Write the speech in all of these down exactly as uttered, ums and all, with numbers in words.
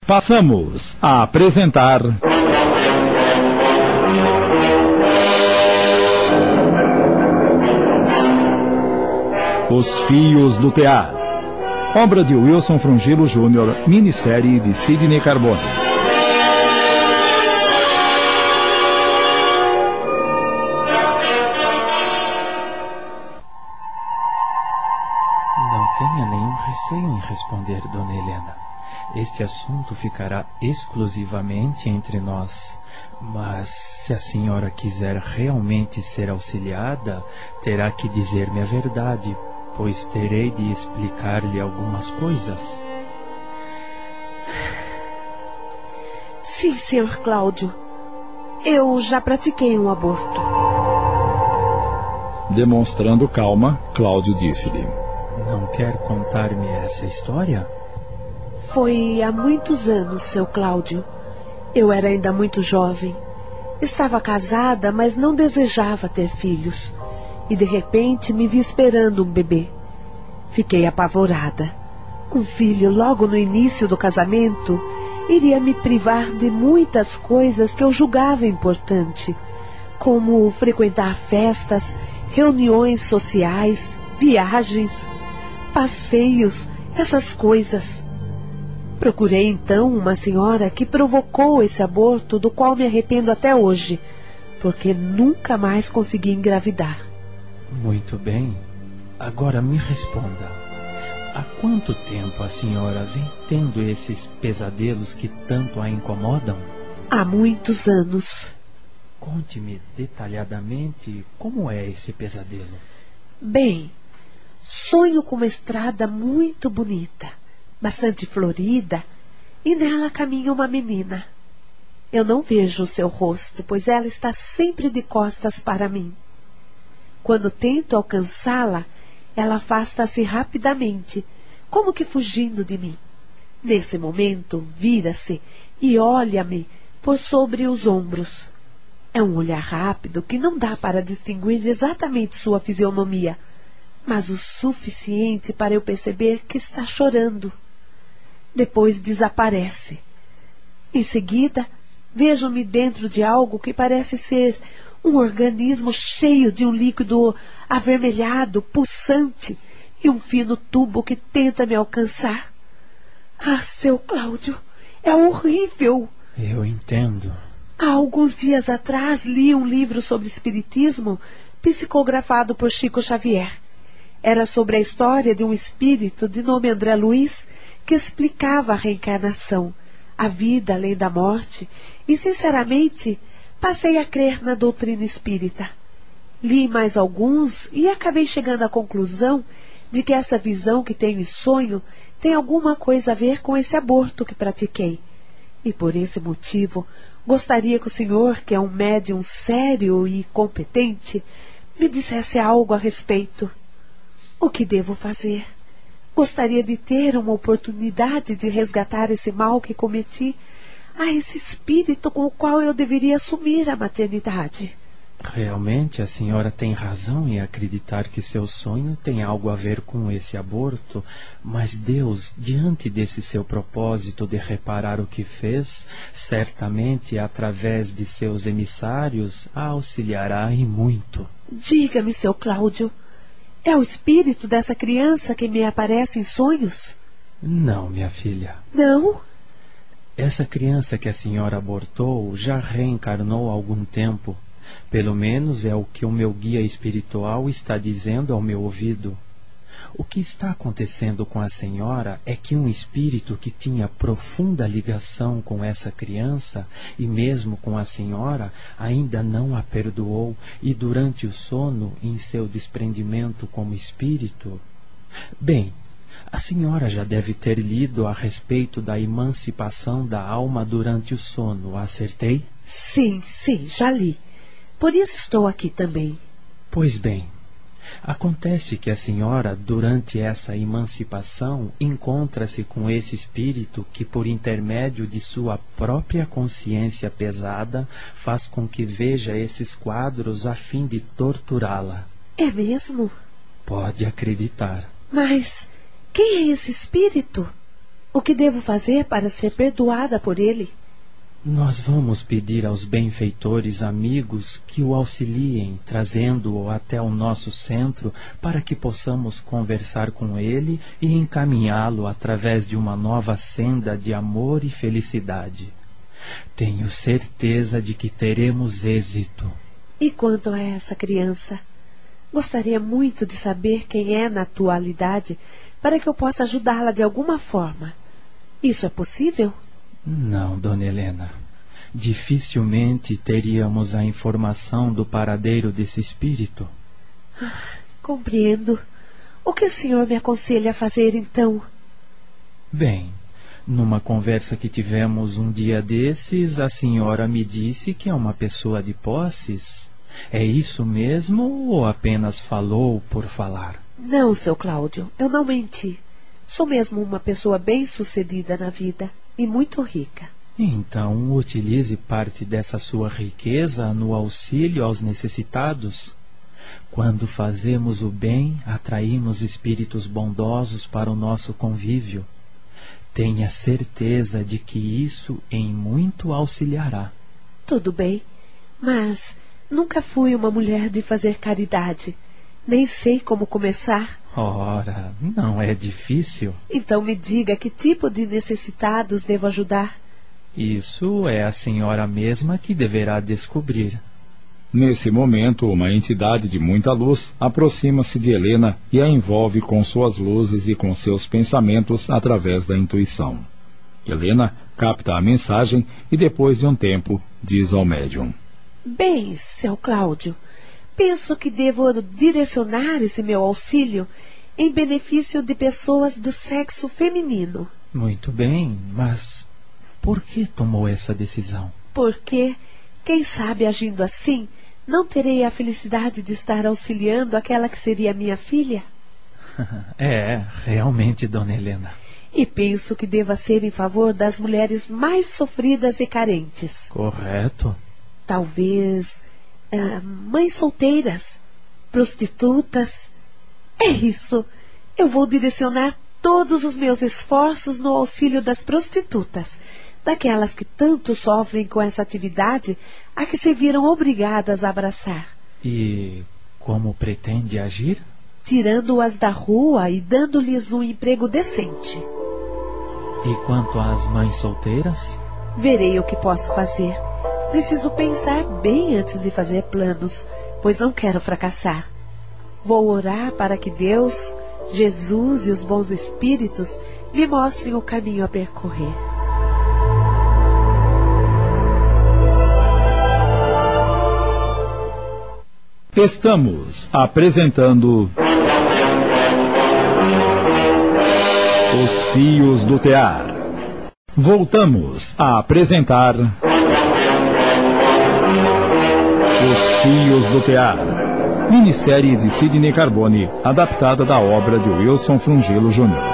Passamos a apresentar... Os Fios do Tear. Obra de Wilson Frungilo Júnior, minissérie de Sidney Carbone. Não tenha nenhum receio em responder, Dona Helena. Este assunto ficará exclusivamente entre nós. Mas se a senhora quiser realmente ser auxiliada, terá que dizer-me a verdade, pois terei de explicar-lhe algumas coisas. Sim, senhor Cláudio. Eu já pratiquei um aborto. Demonstrando calma, Cláudio disse-lhe: Não quer contar-me essa história? Foi há muitos anos, seu Cláudio. Eu era ainda muito jovem. Estava casada, mas não desejava ter filhos. E de repente me vi esperando um bebê. Fiquei apavorada. Um filho logo no início do casamento iria me privar de muitas coisas que eu julgava importante, como frequentar festas, reuniões sociais, viagens, passeios, essas coisas. Procurei então uma senhora que provocou esse aborto, do qual me arrependo até hoje, porque nunca mais consegui engravidar. Muito bem. Agora me responda. Há quanto tempo a senhora vem tendo esses pesadelos que tanto a incomodam? Há muitos anos. Conte-me detalhadamente como é esse pesadelo. Bem, sonho com uma estrada muito bonita, bastante florida, e nela caminha uma menina. Eu não vejo o seu rosto, pois ela está sempre de costas para mim. Quando tento alcançá-la, ela afasta-se rapidamente, como que fugindo de mim. Nesse momento, vira-se e olha-me por sobre os ombros. É um olhar rápido que não dá para distinguir exatamente sua fisionomia, mas o suficiente para eu perceber que está chorando. Depois desaparece. Em seguida, vejo-me dentro de algo que parece ser um organismo cheio de um líquido avermelhado, pulsante, e um fino tubo que tenta me alcançar. Ah, seu Cláudio, é horrível! Eu entendo. Há alguns dias atrás li um livro sobre espiritismo, psicografado por Chico Xavier. Era sobre a história de um espírito de nome André Luiz, que explicava a reencarnação, a vida além da morte, e, sinceramente, passei a crer na doutrina espírita. Li mais alguns e acabei chegando à conclusão de que essa visão que tenho em sonho tem alguma coisa a ver com esse aborto que pratiquei. E por esse motivo, gostaria que o senhor, que é um médium sério e competente, me dissesse algo a respeito. O que devo fazer? Gostaria de ter uma oportunidade de resgatar esse mal que cometi a esse espírito com o qual eu deveria assumir a maternidade. Realmente a senhora tem razão em acreditar que seu sonho tem algo a ver com esse aborto, mas Deus, diante desse seu propósito de reparar o que fez, certamente através de seus emissários a auxiliará e muito. Diga-me, seu Cláudio, é o espírito dessa criança que me aparece em sonhos? Não, minha filha. Não? Essa criança que a senhora abortou já reencarnou há algum tempo. Pelo menos é o que o meu guia espiritual está dizendo ao meu ouvido. O que está acontecendo com a senhora é que um espírito que tinha profunda ligação com essa criança e mesmo com a senhora ainda não a perdoou, e durante o sono, em seu desprendimento como espírito... Bem, a senhora já deve ter lido a respeito da emancipação da alma durante o sono, acertei? Sim, sim, já li. Por isso estou aqui também. Pois bem, acontece que a senhora, durante essa emancipação, encontra-se com esse espírito que, por intermédio de sua própria consciência pesada, faz com que veja esses quadros a fim de torturá-la. É mesmo? Pode acreditar. Mas quem é esse espírito? O que devo fazer para ser perdoada por ele? Nós vamos pedir aos benfeitores amigos que o auxiliem, trazendo-o até o nosso centro para que possamos conversar com ele e encaminhá-lo através de uma nova senda de amor e felicidade. Tenho certeza de que teremos êxito. E quanto a essa criança? Gostaria muito de saber quem é na atualidade para que eu possa ajudá-la de alguma forma. Isso é possível? Não, Dona Helena. Dificilmente teríamos a informação do paradeiro desse espírito. Ah, compreendo. O que o senhor me aconselha a fazer, então? Bem, numa conversa que tivemos um dia desses, a senhora me disse que é uma pessoa de posses. É isso mesmo ou apenas falou por falar? Não, seu Cláudio, eu não menti. Sou mesmo uma pessoa bem-sucedida na vida e muito rica. Então, utilize parte dessa sua riqueza no auxílio aos necessitados. Quando fazemos o bem, atraímos espíritos bondosos para o nosso convívio. Tenha certeza de que isso em muito auxiliará. Tudo bem, mas nunca fui uma mulher de fazer caridade. Nem sei como começar. Ora, não é difícil. Então me diga que tipo de necessitados devo ajudar. Isso é a senhora mesma que deverá descobrir. Nesse momento, uma entidade de muita luz aproxima-se de Helena e a envolve com suas luzes e com seus pensamentos através da intuição. Helena capta a mensagem e, depois de um tempo, diz ao médium: Bem, seu Cláudio, penso que devo direcionar esse meu auxílio em benefício de pessoas do sexo feminino. Muito bem, mas por que tomou essa decisão? Porque, quem sabe agindo assim, não terei a felicidade de estar auxiliando aquela que seria minha filha? É, realmente, Dona Helena. E penso que deva ser em favor das mulheres mais sofridas e carentes. Correto. Talvez ah, mães solteiras, prostitutas. É isso. Eu vou direcionar todos os meus esforços no auxílio das prostitutas, daquelas que tanto sofrem com essa atividade a que se viram obrigadas a abraçar. E como pretende agir? Tirando-as da rua e dando-lhes um emprego decente. E quanto às mães solteiras? Verei o que posso fazer. Preciso pensar bem antes de fazer planos, pois não quero fracassar. Vou orar para que Deus, Jesus e os bons espíritos me mostrem o caminho a percorrer. Estamos apresentando Os Fios do Tear. Voltamos a apresentar Os Fios do Tear, minissérie de Sidney Carbone, adaptada da obra de Wilson Frungilo Júnior.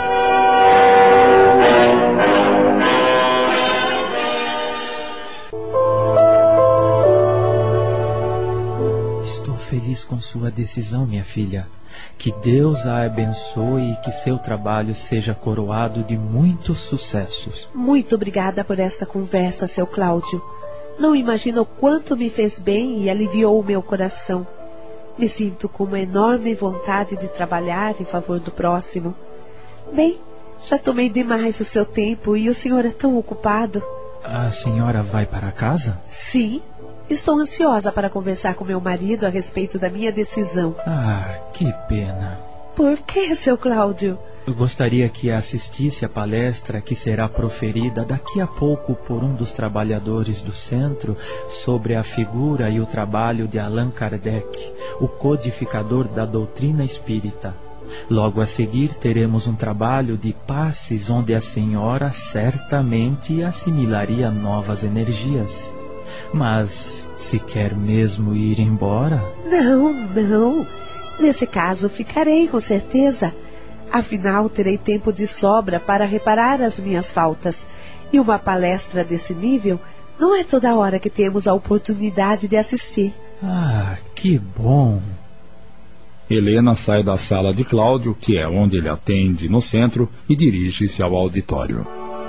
Feliz com sua decisão, minha filha. Que Deus a abençoe e que seu trabalho seja coroado de muitos sucessos. Muito obrigada por esta conversa, seu Cláudio. Não imagina o quanto me fez bem e aliviou o meu coração. Me sinto com uma enorme vontade de trabalhar em favor do próximo. Bem, já tomei demais o seu tempo e o senhor é tão ocupado. A senhora vai para casa? Sim. Estou ansiosa para conversar com meu marido a respeito da minha decisão. Ah, que pena. Por que, seu Cláudio? Eu gostaria que assistisse à palestra que será proferida daqui a pouco por um dos trabalhadores do centro sobre a figura e o trabalho de Allan Kardec, o codificador da doutrina espírita. Logo a seguir teremos um trabalho de passes onde a senhora certamente assimilaria novas energias. Mas, se quer mesmo ir embora? Não, não. Nesse caso, ficarei com certeza. Afinal, terei tempo de sobra para reparar as minhas faltas. E uma palestra desse nível não é toda hora que temos a oportunidade de assistir. Ah, que bom! Helena sai da sala de Cláudio, que é onde ele atende no centro, e dirige-se ao auditório.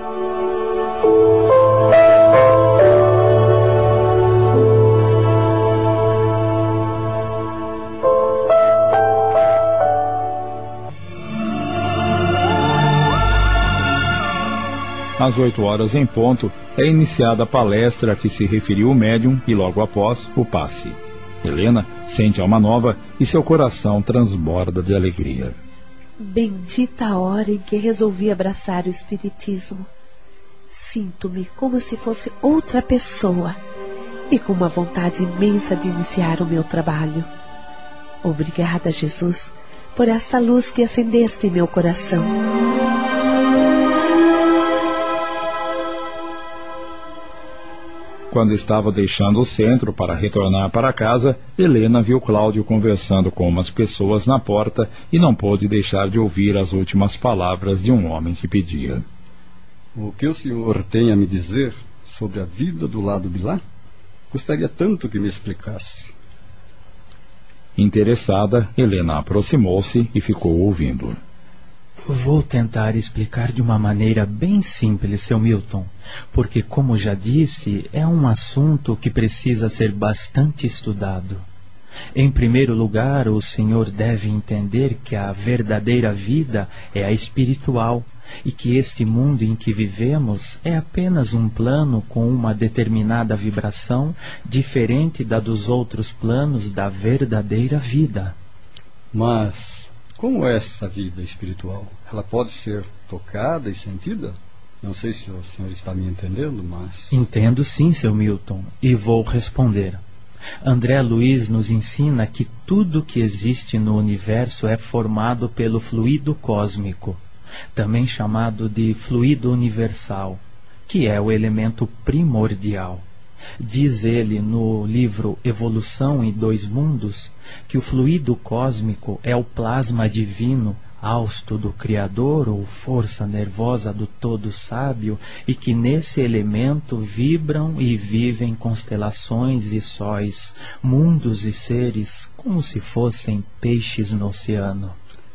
Às oito horas em ponto, é iniciada a palestra a que se referiu o médium e logo após, o passe. Helena sente alma nova e seu coração transborda de alegria. Bendita a hora em que resolvi abraçar o Espiritismo. Sinto-me como se fosse outra pessoa e com uma vontade imensa de iniciar o meu trabalho. Obrigada, Jesus, por esta luz que acendeste em meu coração. Quando estava deixando o centro para retornar para casa, Helena viu Cláudio conversando com umas pessoas na porta e não pôde deixar de ouvir as últimas palavras de um homem que pedia. O que o senhor tem a me dizer sobre a vida do lado de lá? Gostaria tanto que me explicasse. Interessada, Helena aproximou-se e ficou ouvindo. Vou tentar explicar de uma maneira bem simples, seu Milton, porque, como já disse, é um assunto que precisa ser bastante estudado. Em primeiro lugar, o senhor deve entender que a verdadeira vida é a espiritual e que este mundo em que vivemos é apenas um plano com uma determinada vibração diferente da dos outros planos da verdadeira vida. Mas como é essa vida espiritual? Ela pode ser tocada e sentida? Não sei se o senhor está me entendendo, mas... Entendo sim, seu Milton, e vou responder. André Luiz nos ensina que tudo que existe no universo é formado pelo fluido cósmico, também chamado de fluido universal, que é o elemento primordial. Diz ele no livro Evolução em Dois Mundos que o fluido cósmico é o plasma divino, hausto do Criador ou força nervosa do Todo Sábio, e que nesse elemento vibram e vivem constelações e sóis, mundos e seres, como se fossem peixes no oceano.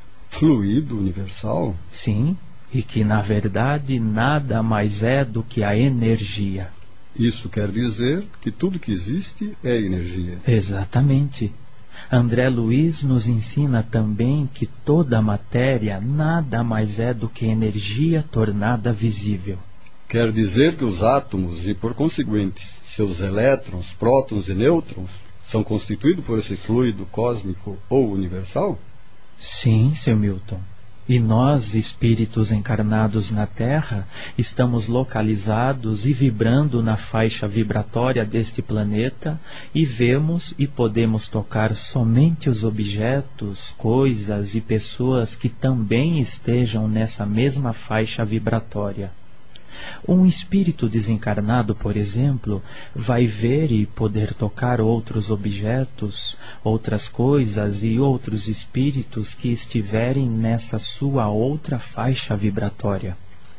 Fluido universal? Sim, e que na verdade nada mais é do que a energia. Isso quer dizer que tudo que existe é energia. Exatamente. André Luiz nos ensina também que toda a matéria nada mais é do que energia tornada visível. Quer dizer que os átomos e, por conseguinte, seus elétrons, prótons e nêutrons são constituídos por esse fluido cósmico ou universal? Sim, seu Milton. E nós, espíritos encarnados na Terra, estamos localizados e vibrando na faixa vibratória deste planeta e vemos e podemos tocar somente os objetos, coisas e pessoas que também estejam nessa mesma faixa vibratória. Um espírito desencarnado, por exemplo, vai ver e poder tocar outros objetos, outras coisas e outros espíritos que estiverem nessa sua outra faixa vibratória.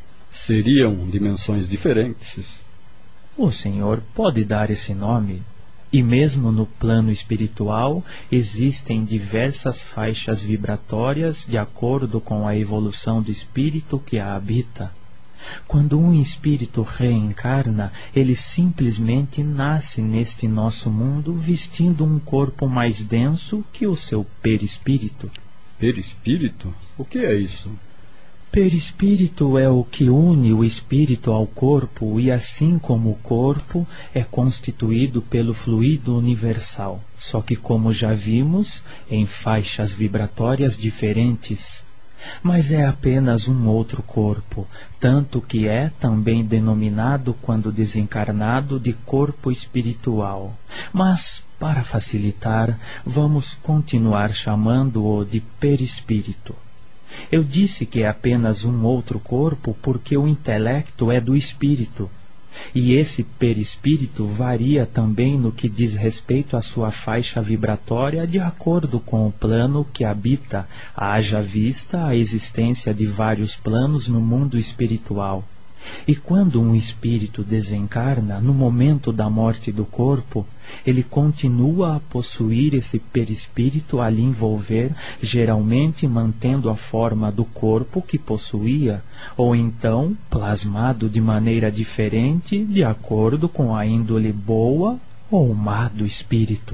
Seriam dimensões diferentes. O senhor pode dar esse nome. E mesmo no plano espiritual existem diversas faixas vibratórias de acordo com a evolução do espírito que a habita. Quando um espírito reencarna, ele simplesmente nasce neste nosso mundo vestindo um corpo mais denso que o seu perispírito. Perispírito? O que é isso? Perispírito é o que une o espírito ao corpo e, assim como o corpo, é constituído pelo fluido universal, só que, como já vimos, em faixas vibratórias diferentes. Mas é apenas um outro corpo, tanto que é também denominado, quando desencarnado, de corpo espiritual. Mas, para facilitar, vamos continuar chamando-o de perispírito. Eu disse que é apenas um outro corpo porque o intelecto é do espírito. E esse perispírito varia também no que diz respeito à sua faixa vibratória de acordo com o plano que habita, haja vista a existência de vários planos no mundo espiritual. E quando um espírito desencarna, no momento da morte do corpo, ele continua a possuir esse perispírito a lhe envolver, geralmente mantendo a forma do corpo que possuía, ou então plasmado de maneira diferente, de acordo com a índole boa ou má do espírito.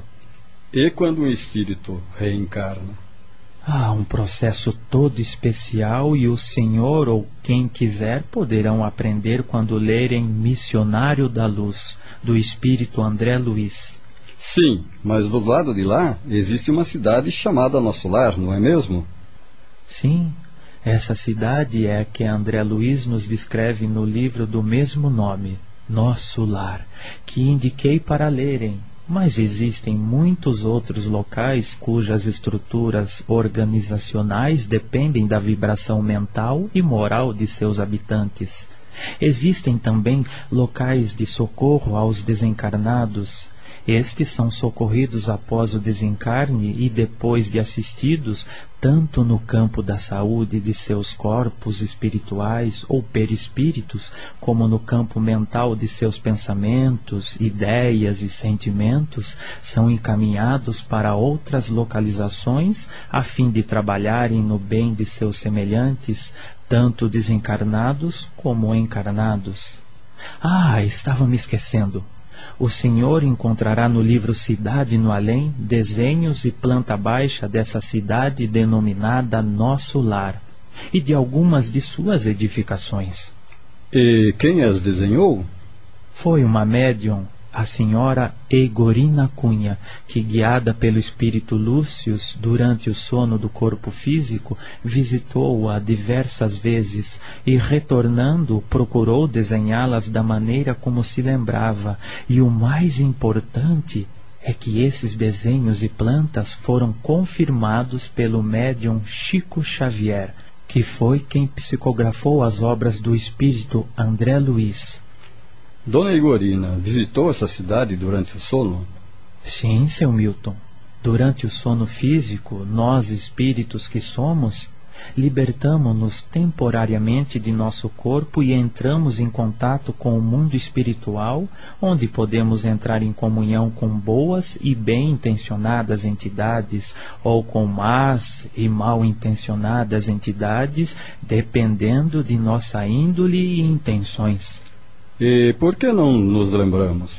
E quando um espírito reencarna? Há um processo todo especial e o senhor ou quem quiser poderão aprender quando lerem Missionário da Luz, do espírito André Luiz. Sim, mas do lado de lá existe uma cidade chamada Nosso Lar, não é mesmo? Sim, essa cidade é a que André Luiz nos descreve no livro do mesmo nome, Nosso Lar, que indiquei para lerem. Mas existem muitos outros locais cujas estruturas organizacionais dependem da vibração mental e moral de seus habitantes. Existem também locais de socorro aos desencarnados. Estes são socorridos após o desencarne e depois de assistidos, tanto no campo da saúde de seus corpos espirituais ou perispíritos, como no campo mental de seus pensamentos, ideias e sentimentos, são encaminhados para outras localizações a fim de trabalharem no bem de seus semelhantes, tanto desencarnados como encarnados. Ah, estava me esquecendo. O senhor encontrará no livro Cidade no Além desenhos e planta baixa dessa cidade denominada Nosso Lar e de algumas de suas edificações. E quem as desenhou? Foi uma médium, a senhora Eigorina Cunha, que, guiada pelo espírito Lúcius durante o sono do corpo físico, visitou-a diversas vezes e, retornando, procurou desenhá-las da maneira como se lembrava. E o mais importante é que esses desenhos e plantas foram confirmados pelo médium Chico Xavier, que foi quem psicografou as obras do espírito André Luiz. Dona Eigorina visitou essa cidade durante o sono? Sim, seu Milton. Durante o sono físico, nós, espíritos que somos, libertamo-nos temporariamente de nosso corpo e entramos em contato com o mundo espiritual, onde podemos entrar em comunhão com boas e bem-intencionadas entidades, ou com más e mal-intencionadas entidades, dependendo de nossa índole e intenções. E por que não nos lembramos?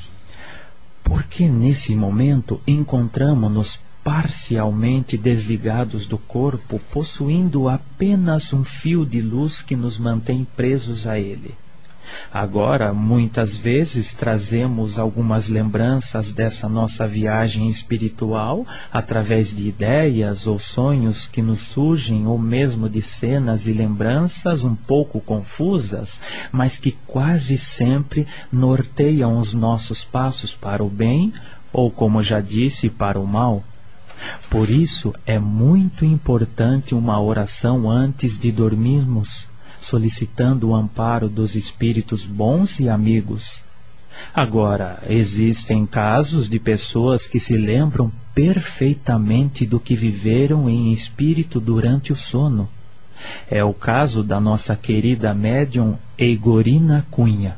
Porque nesse momento encontramos-nos parcialmente desligados do corpo, possuindo apenas um fio de luz que nos mantém presos a ele. Agora, muitas vezes, trazemos algumas lembranças dessa nossa viagem espiritual através de ideias ou sonhos que nos surgem, ou mesmo de cenas e lembranças um pouco confusas, mas que quase sempre norteiam os nossos passos para o bem ou, como já disse, para o mal. Por isso, é muito importante uma oração antes de dormirmos, solicitando o amparo dos espíritos bons e amigos. Agora, existem casos de pessoas que se lembram perfeitamente do que viveram em espírito durante o sono. É o caso da nossa querida médium Eigorina Cunha.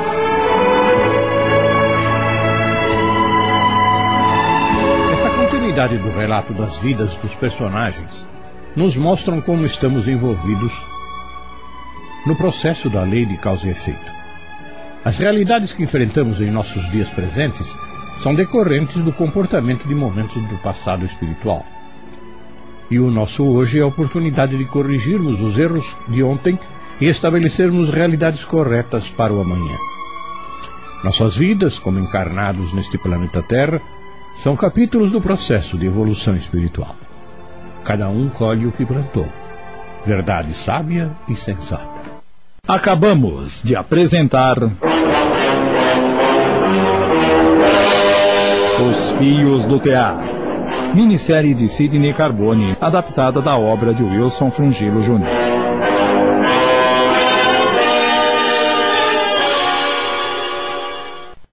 Esta continuidade do relato das vidas dos personagens nos mostram como estamos envolvidos no processo da lei de causa e efeito. As realidades que enfrentamos em nossos dias presentes são decorrentes do comportamento de momentos do passado espiritual. E o nosso hoje é a oportunidade de corrigirmos os erros de ontem e estabelecermos realidades corretas para o amanhã. Nossas vidas, como encarnados neste planeta Terra, são capítulos do processo de evolução espiritual. Cada um colhe o que plantou. Verdade sábia e sensata. Acabamos de apresentar Os Fios do Tear, minissérie de Sidney Carbone, adaptada da obra de Wilson Frungilo Júnior